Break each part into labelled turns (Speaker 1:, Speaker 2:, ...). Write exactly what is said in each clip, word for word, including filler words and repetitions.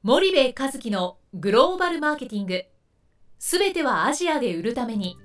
Speaker 1: 森部一樹のグローバルマーケティング、すべてはアジアで売るために。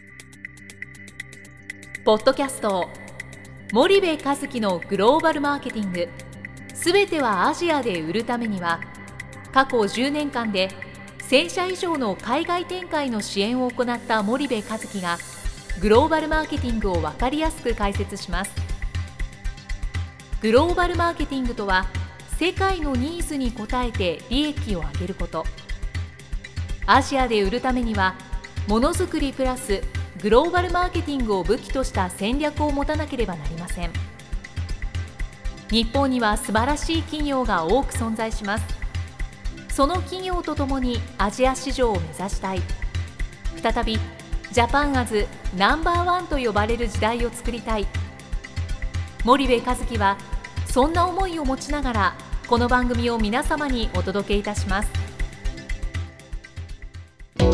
Speaker 1: ポッドキャスト森部一樹のグローバルマーケティング、すべてはアジアで売るためには、過去じゅうねんかんでせんしゃ以上の海外展開の支援を行った森部一樹がグローバルマーケティングを分かりやすく解説します。グローバルマーケティングとは、世界のニーズに応えて利益を上げること。アジアで売るためには、ものづくりプラスグローバルマーケティングを武器とした戦略を持たなければなりません。日本には素晴らしい企業が多く存在します。その企業とともにアジア市場を目指したい。再びジャパンアズナンバーワンと呼ばれる時代を作りたい。森部一樹はそんな思いを持ちながら、この番組を皆様にお届けいたします。
Speaker 2: こん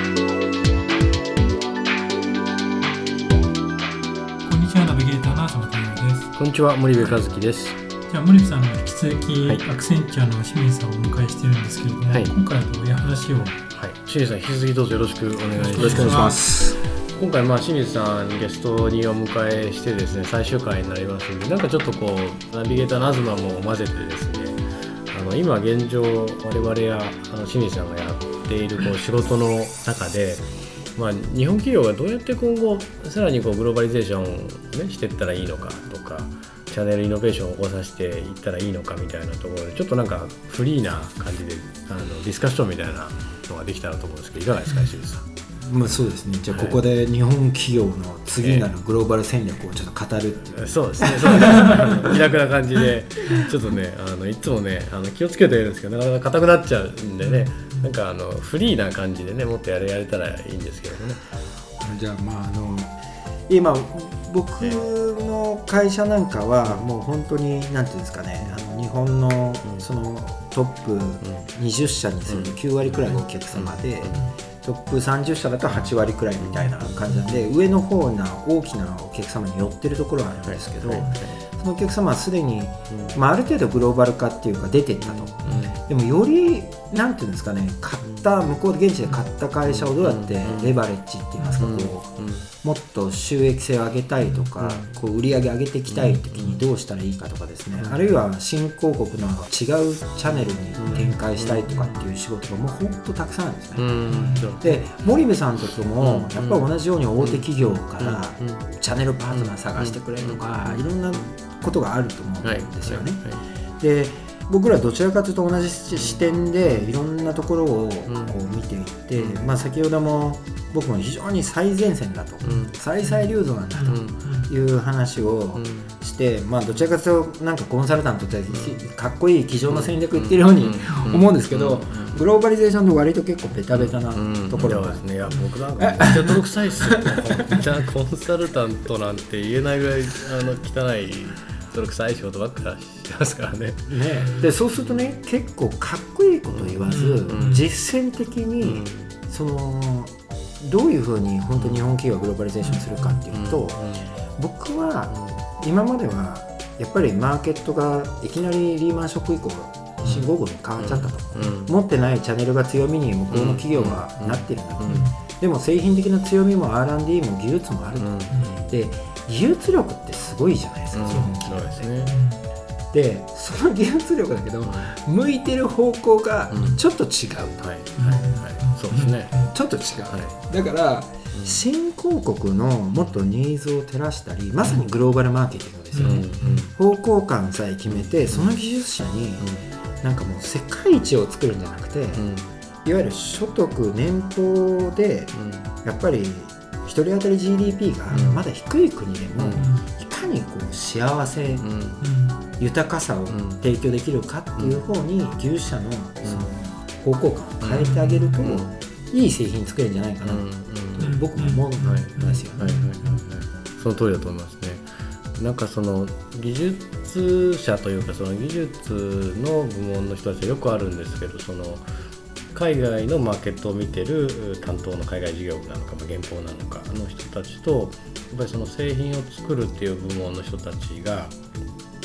Speaker 2: にちは、ナビゲーターの浅間です。
Speaker 3: こんにちは、森部一樹です。
Speaker 2: じゃあ森部さんが引き続き、
Speaker 3: はい、
Speaker 2: アクセンチュアの清水さんをお迎えしているんですけれども、はい、今回はどういう話を。はい、
Speaker 3: 清水さん、引き続きどうぞよろしくお願いします。
Speaker 2: よろしくお願いします。
Speaker 3: 今回、まあ、清水さんゲストにお迎えしてですね、最終回になりますので、なんかちょっとこうナビゲーターの東も混ぜてですね、あの今現状我々やあの清水さんがやっているこう仕事の中で、まあ、日本企業がどうやって今後さらにこうグローバリゼーションを、ね、していったらいいのかとか、チャンネルイノベーションを起こさせていったらいいのかみたいなところで、ちょっとなんかフリーな感じであのディスカッションみたいなのができたらと思うんですけど、いかがですか、清水さん。
Speaker 4: まあ、そうですね。じゃあここで日本企業の次なるグローバル戦略をちょっと語るっていう、
Speaker 3: えー、そうですね、そうですね気楽な感じでちょっとね、あのいつもね、あの気をつけてやるんですけど、なかなか硬くなっちゃうんでね、なんかあのフリーな感じでね、もっとやれやれたらいいんですけどね。
Speaker 4: じゃあ、まあ、あの今僕の会社なんかはもう本当になんていうんですかね、あの日本のそのトップにじゅっしゃにするときゅうわりくらいのお客様で、トップさんじゅっしゃだとはちわりくらいみたいな感じなんで、上の方な大きなお客様に寄ってるところはあるんですけど、そのお客様はすでに、まあ、ある程度グローバル化っていうか出てったと、でもよりなんていうんですかね、買った向こうで現地で買った会社をどうやってレバレッジって言いますか、こうもっと収益性を上げたいとか、こう売り上げ上げていきたいときにどうしたらいいかとかですね、あるいは新興国の違うチャンネルに展開したいとかっていう仕事がもう本当たくさんあるんですね。で、森部さんとかもやっぱり同じように大手企業からチャンネルパートナー探してくれとか、いろんなことがあると思うんですよね。で、僕らどちらかというと同じ視点でいろんなところをこう見ていって、うん、まあ、先ほども僕も非常に最前線だと、うん、最最流動なんだという話をして、うん、まあ、どちらかというとなんかコンサルタントってかっこいい机上の戦略言ってるように思うんですけど、グローバリゼーションって割と結構ベタベタなところが、
Speaker 3: うんうん、いや、僕なんかめっちゃ泥臭いっすよじゃあコンサルタントなんて言えないぐらいあの汚い泥臭い仕事ばっかりしてますから ね, ね
Speaker 4: でそうするとね、結構かっこいいこと言わず、うんうん、実践的に、うん、そのどういうふうに本当に日本企業がグローバリゼーションするかっていうと、うんうん、僕は今まではやっぱりマーケットがいきなりリーマンショック以降信号号に変わっちゃったと、うんうん、持ってないチャンネルが強みに向こうの企業がなってるんだと、うんうん、でも製品的な強みも アールアンドディー も技術もあると、うんうん、で技術力ってすごいじゃないですか、うん、そうですね。で、その技術力だけど、うん、向いてる方向がちょっと違うと、うん、はいはいはい、
Speaker 3: そうですね、
Speaker 4: ちょっと違う、はい、だから、うん、新興国のもっとニーズを照らしたり、まさにグローバルマーケティングですよね、うんうん、方向感さえ決めて、その技術者に、うん、なんかもう世界一を作るんじゃなくて、うん、いわゆる所得年俸で、うん、やっぱりひとり当たり ジーディーピー がまだ低い国でも、うん、いかにこう幸せ、うん、豊かさを提供できるかっていう方に技術者のその方向感を変えてあげると、うん、いい製品作れるんじゃないかなと、うん、僕も思うんですよね。はいはいはいはい、
Speaker 3: その通りだと思いますね。なんかその技術者というか、その技術の部門の人たちはよくあるんですけど、その海外のマーケットを見てる担当の海外事業部なのか、まあ、原稿なのかの人たちと、やっぱりその製品を作るっていう部門の人たちが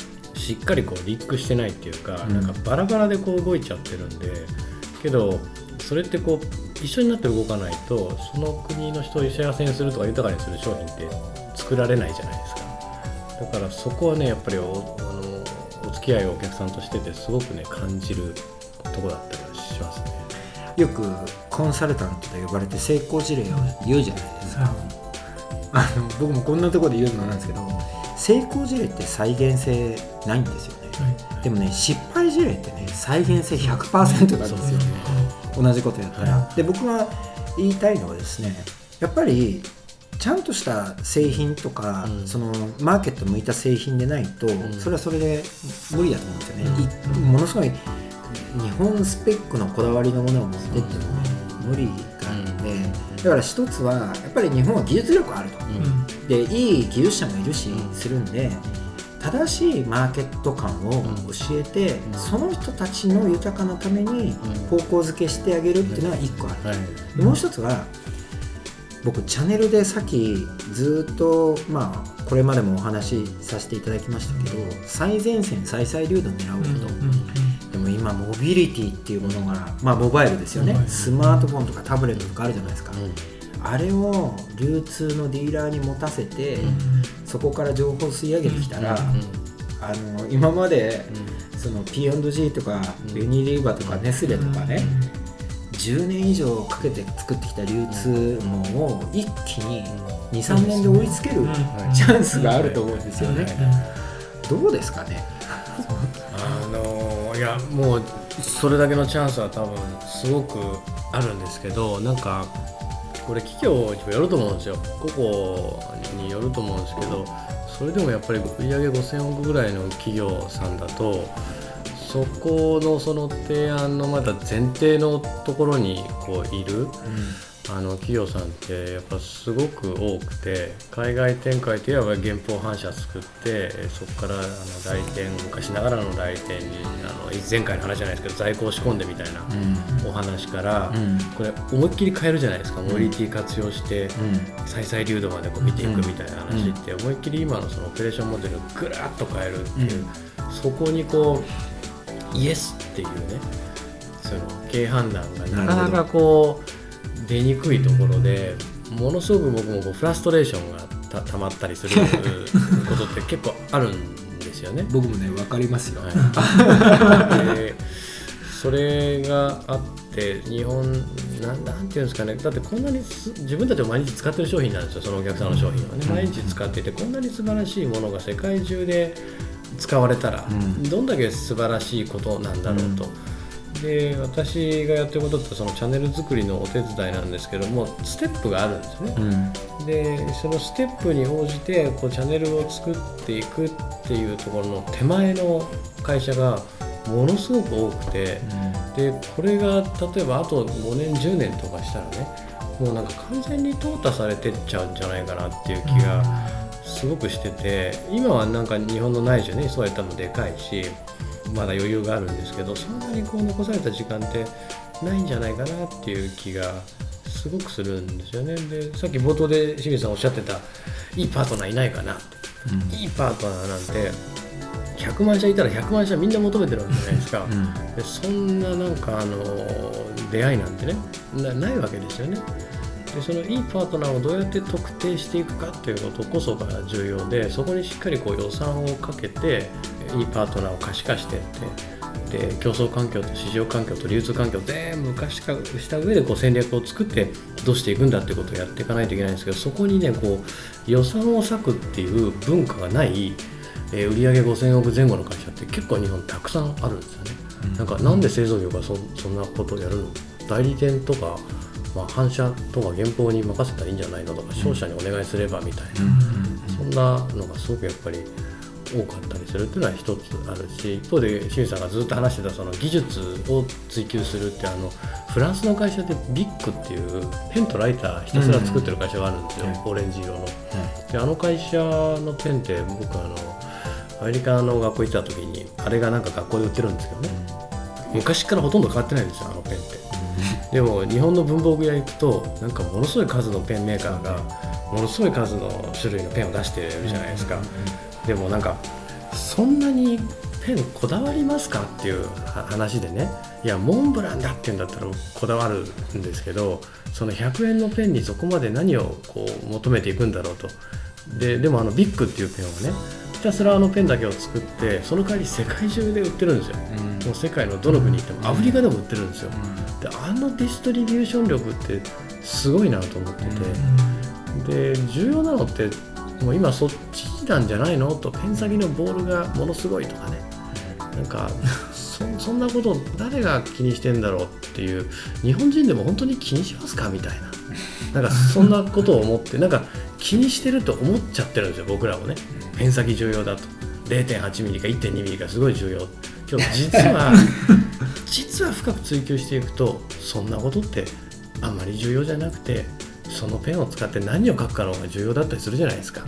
Speaker 3: しっかりこうリンクしてないっていうか、
Speaker 4: うん、
Speaker 3: なんかバラバラでこう動いちゃってるんで、けどそれってこう一緒になって動かないとその国の人を幸せにするとか豊かにする商品って作られないじゃないですか。だからそこはねやっぱり お, あのお付き合いをお客さんとしててすごくね感じるとこだったりはしますね。
Speaker 4: よくコンサルタントと呼ばれて成功事例を言うじゃないですか、うん、あの僕もこんなところで言うのなんですけど、成功事例って再現性ないんですよね、はい、でもね失敗事例ってね再現性 ひゃくパーセント なんですよね、同じことやったら、はい、で僕が言いたいのはですね、やっぱりちゃんとした製品とか、うん、そのマーケット向いた製品でないと、うん、それはそれで無理だと思うんですよね、うん、ものすごい日本スペックのこだわりのものを持ってっても、ね、無理があるので、うん、だから一つはやっぱり日本は技術力あると、うん、でいい技術者もいるしするんで、正しいマーケット感を教えて、うん、その人たちの豊かなために方向づけしてあげるっていうのが一個ある、うんはい、でもう一つは僕チャンネルでさっきずっと、まあ、これまでもお話しさせていただきましたけど、最前線再々流度を狙うこと、うんうんうん、でも今モビリティっていうものが、まあ、モバイルですよね、うん、スマートフォンとかタブレットとかあるじゃないですか、うん、あれを流通のディーラーに持たせて、うん、そこから情報を吸い上げてきたら、うん、あの今まで、うん、その ピーアンドジー とか、うん、ユニリーバとかネスレとかね、うんじゅうねん以上かけて作ってきた流通網を一気に にさんねんで追いつけるチャンスがあると思うんですよね。どうですかね。
Speaker 3: あのいやもうそれだけのチャンスは多分すごくあるんですけど、なんかこれ企業にもよると思うんですよ。個々によると思うんですけど、それでもやっぱり売上ごせんおくぐらいの企業さんだとそこのその提案のまだ前提のところにこういる、うん、あの企業さんってやっぱすごく多くて、海外展開といえば原稿反射作ってそこからあの来店昔ながらの来店にあの前回の話じゃないですけど在庫を仕込んでみたいなお話から、うん、これ思いっきり変えるじゃないですか、うん、モビリティ活用して再々流度までこう見ていくみたいな話って思いっきり今のそのオペレーションモデルをぐらっと変えるっていう、うん、そこにこうイエスっていうね、その経営判断がなかなかこう出にくいところで、ものすごく僕もこうフラストレーションが た, たまったりすることって結構あるんですよね。
Speaker 4: 僕もね分かりますよ、
Speaker 3: はい、でそれがあって日本な ん, なんていうんですかね、だってこんなに自分たちも毎日使ってる商品なんですよ、そのお客さんの商品はね、毎日使っていてこんなに素晴らしいものが世界中で使われたら、うん、どんだけ素晴らしいことなんだろうと、うん、で私がやってることってそのチャンネル作りのお手伝いなんですけども、ステップがあるんですね、うん、でそのステップに応じてこうチャンネルを作っていくっていうところの手前の会社がものすごく多くて、うん、でこれが例えばあとごねんじゅうねんとかしたらね、もうなんか完全に淘汰されてっちゃうんじゃないかなっていう気がすごくしてて、今はなんか日本の内需ねそうやったのでかいしまだ余裕があるんですけど、そんなにこう残された時間ってないんじゃないかなっていう気がすごくするんですよね。でさっき冒頭で清水さんおっしゃってたいいパートナーいないかなって、うん、いいパートナーなんてひゃくまん社いたらひゃくまん社みんな求めてるわけじゃないですか、うん、でそんななんかあの出会いなんてね な, ないわけですよね。でそのいいパートナーをどうやって特定していくかということこそが重要で、そこにしっかりこう予算をかけていいパートナーを可視化していって、で競争環境と市場環境と流通環境を全部可視化した上でこう戦略を作ってどうしていくんだということをやっていかないといけないんですけど、そこにねこう予算を割くっていう文化がないえー、売上ごせんおく前後の会社って結構日本たくさんあるんですよね、うん、なんかなんで製造業が そ, そんなことをやるの、代理店とか、まあ、反社とか原稿に任せたらいいんじゃないのとか、商社にお願いすればみたいな、うん、そんなのがすごくやっぱり多かったりするっていうのは一つあるし、一方で清水さんがずっと話してたその技術を追求するって、あのフランスの会社でビッグっていうペンとライターひたすら作ってる会社があるんですよ、うん、オレンジ色の、うん、であの会社のペンって僕あのアメリカの学校行った時にあれがなんか学校で売ってるんですけどね、うん、昔からほとんど変わってないんですよあのペンって、うん、でも日本の文房具屋行くとなんかものすごい数のペンメーカーがものすごい数の種類のペンを出してるじゃないですか、うん、でもなんかそんなにペンこだわりますかっていう話でね、いやモンブランだって言うんだったらこだわるんですけど、そのひゃくえんのペンにそこまで何をこう求めていくんだろうと。で, でもあのビッグっていうペンをね、ひたすらあのペンだけを作って、その代わり世界中で売ってるんですよ、うん、もう世界のどの国行っても、アフリカでも売ってるんですよ、うん、であのディストリビューション力ってすごいなと思ってて、うん、で重要なのってもう今そっちなんじゃないのと、ペン先のボールがものすごいとかね、なんか そ, そんなこと誰が気にしてんだろうっていう、日本人でも本当に気にしますかみたいな、なんかそんなことを思ってなんか気にしてると思っちゃってるんですよ、僕らもね。ペン先重要だと、 れいてんはちミリか いってんにミリかすごい重要。今日実は実は深く追求していくと、そんなことってあんまり重要じゃなくて、そのペンを使って何を書くかの方が重要だったりするじゃないですか、うん、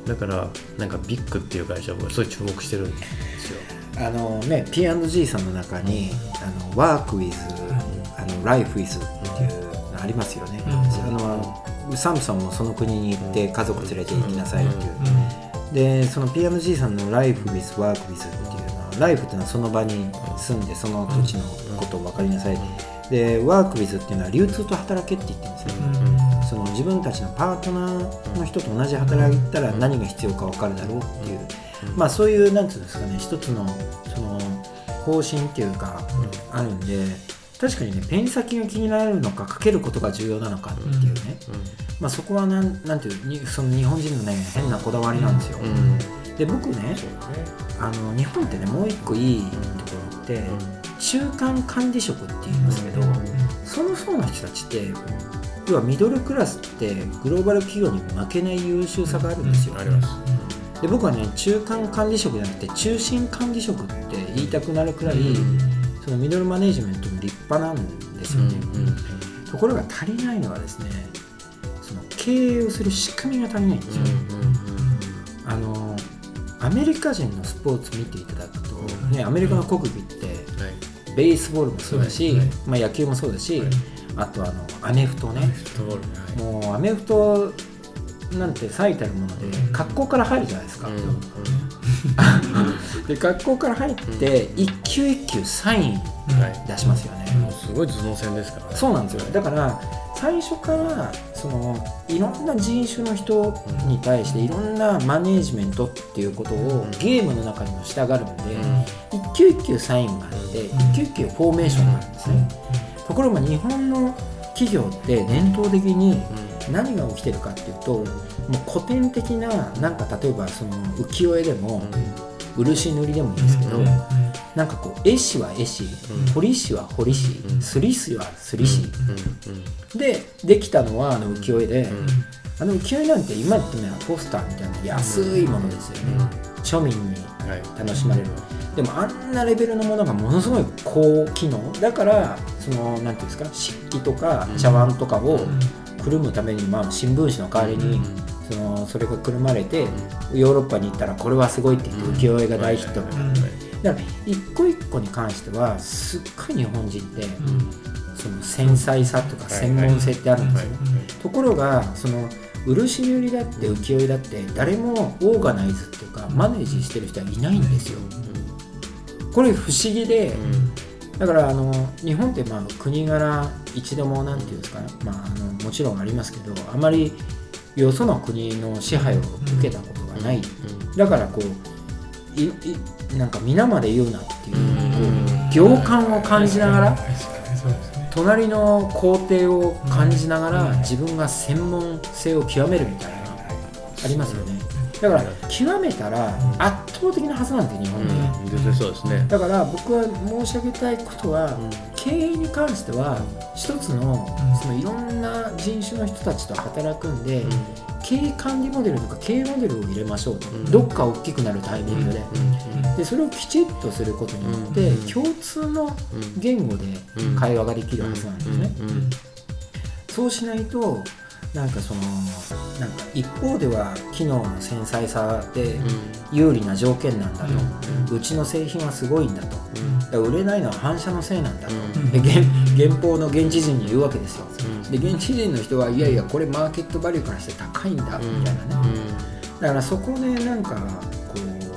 Speaker 3: だからなんかビッグっていう会社をすごい注目してるんですよ。
Speaker 4: あのね、ピーアンドジー さんの中に、あの Work with、あの Life with っていうのありますよね、うん、あのサムさんもその国に行って家族連れて行きなさいっていう、うん、でその ピーアンドジー さんの Life with Work with っていうのは、ライフっていうのはその場に住んでその土地のことを分かりなさい、で Work with っていうのは流通と働けって言ってるんですよ、うん、その自分たちのパートナーの人と同じ働いたら何が必要か分かるだろうっていう、まあそういうなんていうんですかね、一つのその方針っていうかあるんで、確かにね、ペン先が気になるのか書けることが重要なのかっていうね、うんうん、まあそこはなん、なんていうその日本人のね変なこだわりなんですよ、うん、で僕ね、あの日本ってねもう一個いいところって、うん、中間管理職って言いますけど、うん、その層の人たちって要はミドルクラスってグローバル企業に負けない優秀さがあるんですよ、うん、あります。で僕はね、中間管理職じゃなくて中心管理職って言いたくなるくらい、うん、そのミドルマネジメントも立派なんですよね、うんうん、ところが足りないのはですね、その経営をする仕組みが足りないんですよ、うんうんうん、あのアメリカ人のスポーツ見ていただくと、ね、アメリカの国技って、うん、ベースボールもそうだし、はい、まあ、野球もそうだし、はい、あとあのアメフトね、アメフトボール、はい、もうアメフトなんて最たるもので、格好から入るじゃないですか、うんうん、で学校から入って一球一球サイン出しますよね、
Speaker 3: うん、すごい頭脳戦ですからね。
Speaker 4: そうなんですよ。だから最初からそのいろんな人種の人に対していろんなマネージメントっていうことをゲームの中にも従うんで、うん、一球一球サインがあって一球一球フォーメーションがあるんですね、うん、ところが日本の企業って伝統的に何が起きてるかっていうと、もう古典的ななんか例えばその浮世絵でも漆塗りでもいいですけど、なんかこう絵師は絵師、彫り師は彫り師、すり師はすり師でできたのはあの浮世絵で、あの浮世絵なんて今言ってみればポスターみたいな安いものですよね、庶民に楽しまれる。でもあんなレベルのものがものすごい高機能だから、そのなんていうんですか、漆器とか茶碗とかをくるむために、まあ新聞紙の代わりにそのそれがくるまれて、ヨーロッパに行ったらこれはすごいって言って浮世絵が大ヒットになって、だから一個一個に関してはすっごい日本人ってその繊細さとか専門性ってあるんですよね。ところがその漆塗りだって浮世絵だって誰もオーガナイズっていうかマネージしてる人はいないんですよ。これ不思議で、だからあの日本ってまあ国柄一度もなんていうんですかね、まあ、あのもちろんありますけど、あまりよその国の支配を受けたことがない、だからこういいなんか皆まで言うなっていう、こう行間を感じながら、隣の工程を感じながら自分が専門性を極めるみたいなありますよね。だから極めたら圧倒的なはずなんですよ、日本で、
Speaker 3: うん、そうですね。
Speaker 4: だから僕は申し上げたいことは、うん、経営に関しては一つの、そのいろんな人種の人たちと働くんで、うん、経営管理モデルとか経営モデルを入れましょうと、うん、どっか大きくなるタイミングで、うん、でそれをきちっとすることによって、うん、共通の言語で会話ができるはずなんですね、うんうんうん、そうしないとなんかそのなんか一方では機能の繊細さで有利な条件なんだと、うん、うちの製品はすごいんだと、うん、だから売れないのは反射のせいなんだと、うん、で 原, 原稿の現地人に言うわけですよ、うん、で現地人の人はいやいやこれマーケットバリューからして高いんだみたいなね、うん、だからそこでなんかこ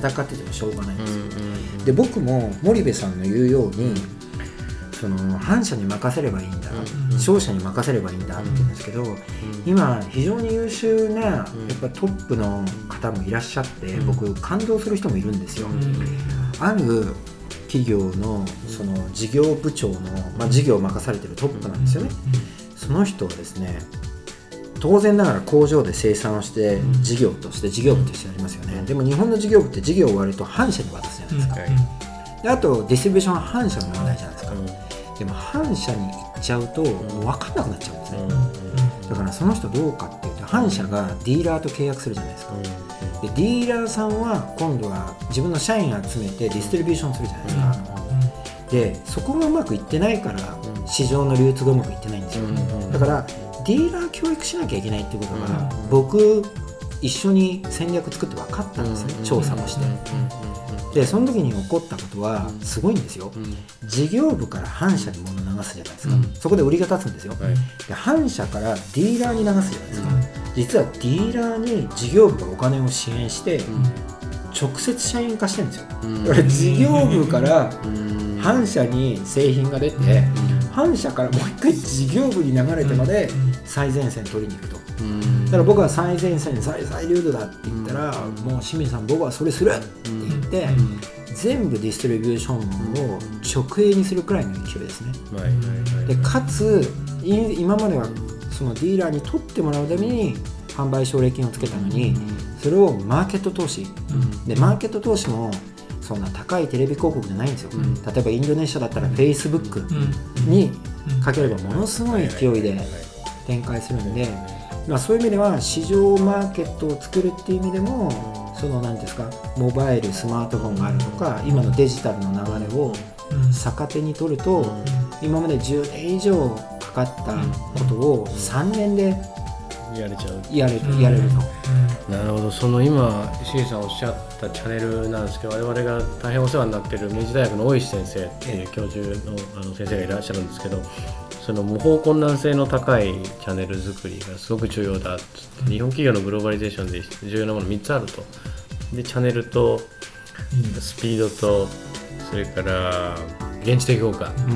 Speaker 4: 戦っててもしょうがないんですよ。で僕も森部さんの言うようにその反社に任せればいいんだ、うん、勝者に任せればいいんだって言うんですけど、うん、今非常に優秀なやっぱトップの方もいらっしゃって、うん、僕感動する人もいるんですよ、うん、ある企業のその事業部長の、まあ、事業を任されてるトップなんですよね、うん、その人はですね当然ながら工場で生産をして事業として事業部としてやりますよね、うん、でも日本の事業部って事業を終わると反社に渡すじゃないですか、うん、であとディストリビューションは反社の問題じゃないですか、うん、でも反社に行っちゃうともう分かんなくなっちゃうんですね、うん、だからその人どうかっていうと反社がディーラーと契約するじゃないですか、うん、でディーラーさんは今度は自分の社員集めてディストリビューションするじゃないですか、うん、でそこがうまくいってないから市場の流通がうまくいってないんですよ、うん、だからディーラー教育しなきゃいけないっていうことが、うん、僕一緒に戦略作って分かったんですね、うん、調査をして、うん、でその時に起こったことはすごいんですよ、うん、事業部から反社に物流すじゃないですか、うん、そこで売りが立つんですよ、はい、で反社からディーラーに流すじゃないですか、うん、実はディーラーに事業部がお金を支援して、うん、直接社員化してるんですよ、うん、だから事業部から反社に製品が出て、うん、反社からもう一回事業部に流れてまで最前線取りに行くと、うん、だから僕は最前線最最流度だって言ったら、うん、もう清水さん僕はそれするって言って、うん、全部ディストリビューションを直営にするくらいの勢いですね、うん、でかつ今まではそのディーラーに取ってもらうために販売奨励金をつけたのに、それをマーケット投資、うん、でマーケット投資もそんな高いテレビ広告じゃないんですよ、うん、例えばインドネシアだったら Facebook にかければものすごい勢いで展開するんで、まあ、そういう意味では市場マーケットを作るっていう意味でもその何ですかモバイルスマートフォンがあるとか今のデジタルの流れを逆手に取ると今までじゅうねん以上かかったことをさんねんで
Speaker 3: やれちゃう
Speaker 4: やれる、やれると、
Speaker 3: うん、なるほど。その今石井さんおっしゃったチャンネルなんですけど、我々が大変お世話になっている明治大学の大石先生っていう教授 の, あの先生がいらっしゃるんですけど、その模倣困難性の高いチャンネル作りがすごく重要だって、日本企業のグローバリゼーションで重要なものみっつあると。でチャンネルとスピードとそれから現地的効果、うん、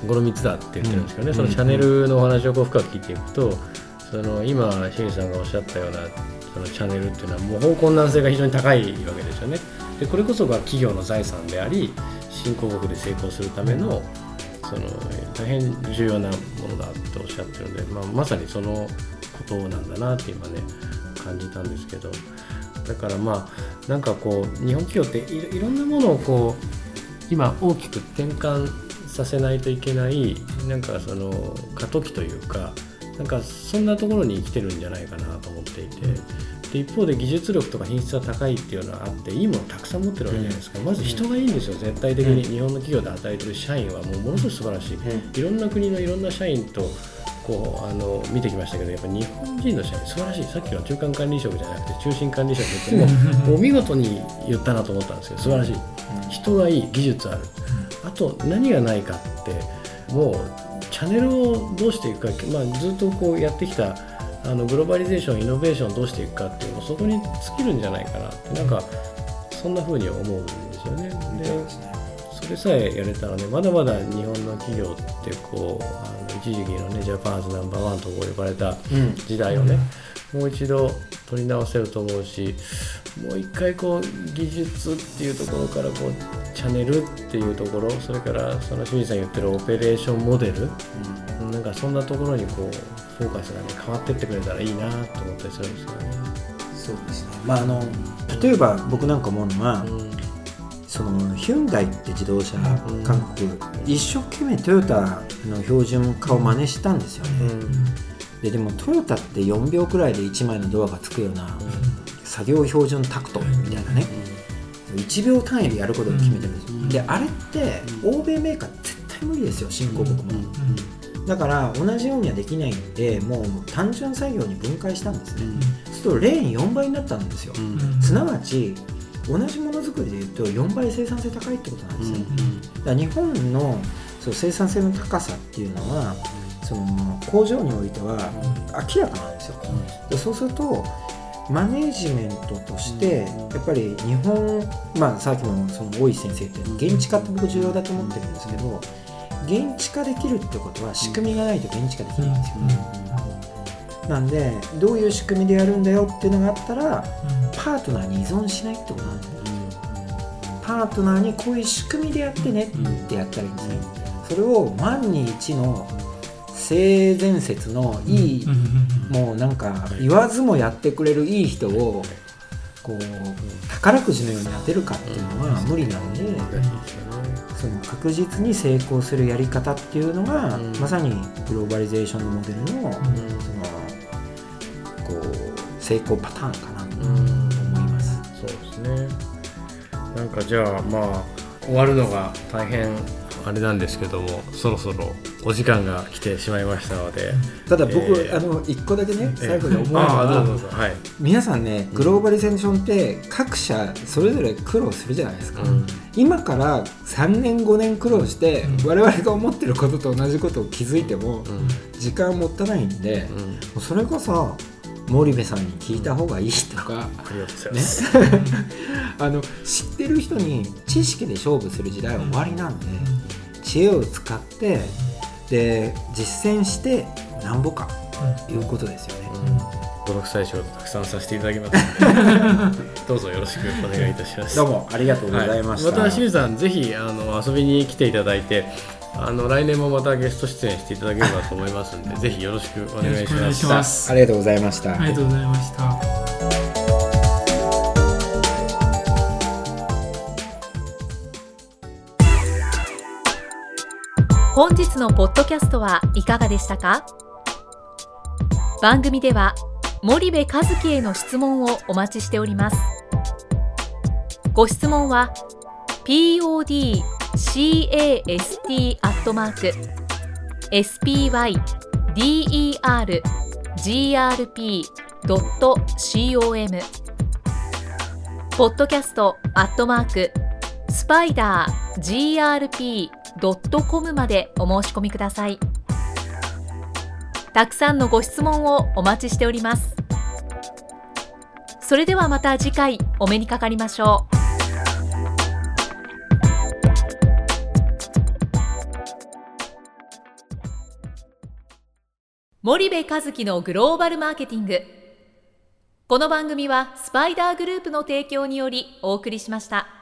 Speaker 3: このみっつだって言ってるんですけどね、うん、そのチャンネルのお話をこう深く聞いていくと、その今清水さんがおっしゃったようなそのチャンネルっていうのは模倣困難性が非常に高いわけですよね。でこれこそが企業の財産であり新興国で成功するためのその大変重要なものだとおっしゃってるので、まあ、まさにそのことなんだなって今ね感じたんですけど、だからまあなんかこう日本企業って い, いろんなものをこう今大きく転換させないといけないなんかその過渡期というか、なんかそんなところに来てるんじゃないかなと思っていて、で一方で技術力とか品質は高いっていうのはあっていいものをたくさん持ってるわけじゃないですか、うん、まず人がいいんですよ。絶対的に日本の企業で働いてる社員はもうものすごい素晴らしい、うん、いろんな国のいろんな社員とこうあの見てきましたけど、やっぱ日本人の社員素晴らしい。さっきの中間管理職じゃなくて中心管理職ってもうもう見事に言ったなと思ったんですけど、素晴らしい。人がいい、技術ある。あと何がないかってもうチャンネルをどうしていくか、まあ、ずっとこうやってきたあのグローバリゼーションイノベーションをどうしていくかっていうのそこに尽きるんじゃないかなって、なんかそんな風に思うんですよね。でそれさえやれたらね、まだまだ日本の企業ってこうあの一時期のねジャパンズナンバーワンとこう呼ばれた時代をね、うん、もう一度取り直せると思うし、もう一回こう技術っていうところからこうチャンネルっていうところ、それからその清水さん言ってるオペレーションモデル、うん、なんかそんなところにこうフォーカスがね変わってってくれたらいいなと思ったりするんですよね。
Speaker 4: そうですね。まああの例えば僕なんか思うのは、うん、そのヒュンダイって自動車、うん、韓国一生懸命トヨタの標準化を真似したんですよね、うん、で, でもトヨタってよんびょうくらいでいちまいのドアがつくような、うん、作業標準タクトみたいなね、うん、いちびょう単位でやることを決めてるんですよ、うん、であれって欧米メーカー絶対無理ですよ、新興国も、うん、だから同じようにはできないんでもう単純作業に分解したんですね、うん、そうするとレーンよんばいになったんですよ、うん、すなわち同じものづくりでいうとよんばい生産性高いってことなんですね、うん、だから日本のそう生産性の高さっていうのは、うん、その工場においては明らかなんですよ、うん、でそうするとマネージメントとしてやっぱり日本、まあ、さっきのその大石先生って現地化って僕重要だと思ってるんですけど、現地化できるってことは仕組みがないと現地化できないんですよね。なんでどういう仕組みでやるんだよっていうのがあったらパートナーに依存しないってことなんですよ。パートナーにこういう仕組みでやってねってやったらいいんですね。それを万に一の性善説のいい、もうなんか言わずもやってくれるいい人をこう宝くじのように当てるかっていうのは無理なので、その確実に成功するやり方っていうのが、まさにグローバリゼーションのモデルの、そのこう成功パターンかなと思います。
Speaker 3: そうですね。なんかじゃあまあ終わるのが大変あれなんですけども、そろそろお時間が来てしまいましたので、
Speaker 4: ただ僕、
Speaker 3: えー、
Speaker 4: あの一個だけね最後に思うの
Speaker 3: えー、
Speaker 4: は、
Speaker 3: あどうぞどうぞ、はい、
Speaker 4: 皆さんねグローバリゼーションって各社それぞれ苦労するじゃないですか、うん、今からさんねんごねん苦労して、うん、我々が思ってることと同じことを気づいても、うん、時間もったいないんで、うん、それこそ森部さんに聞いた方がいいとか、うん、あ
Speaker 3: りがとうございます、
Speaker 4: ね、あの知ってる人に知識で勝負する時代は終わりなんで、うん、知恵を使ってで実践してなんぼかいうことですよね。
Speaker 3: ごろく最初たくさんさせていただきますのでどうぞよろしくお願いいたします。
Speaker 4: どうもありがとうございました、
Speaker 3: はい、また清水さんぜひあの遊びに来ていただいて、あの来年もまたゲスト出演していただければと思いますのでぜひよろしくお願いします。
Speaker 2: ます。
Speaker 4: ありがとうございました。
Speaker 2: ありがとうございました。
Speaker 1: 本日のポッドキャストはいかがでしたか？番組では森部一樹への質問をお待ちしております。ご質問は ピーオーディーキャスト アットマーク エスピーワイディーイーアールジーアールピー ドット コム ポッドキャストアットマークスパイダー ジーアールピードットコム までお申し込みください。たくさんのご質問をお待ちしております。それではまた次回お目にかかりましょう。森部一樹のグローバルマーケティング。この番組はスパイダーグループの提供によりお送りしました。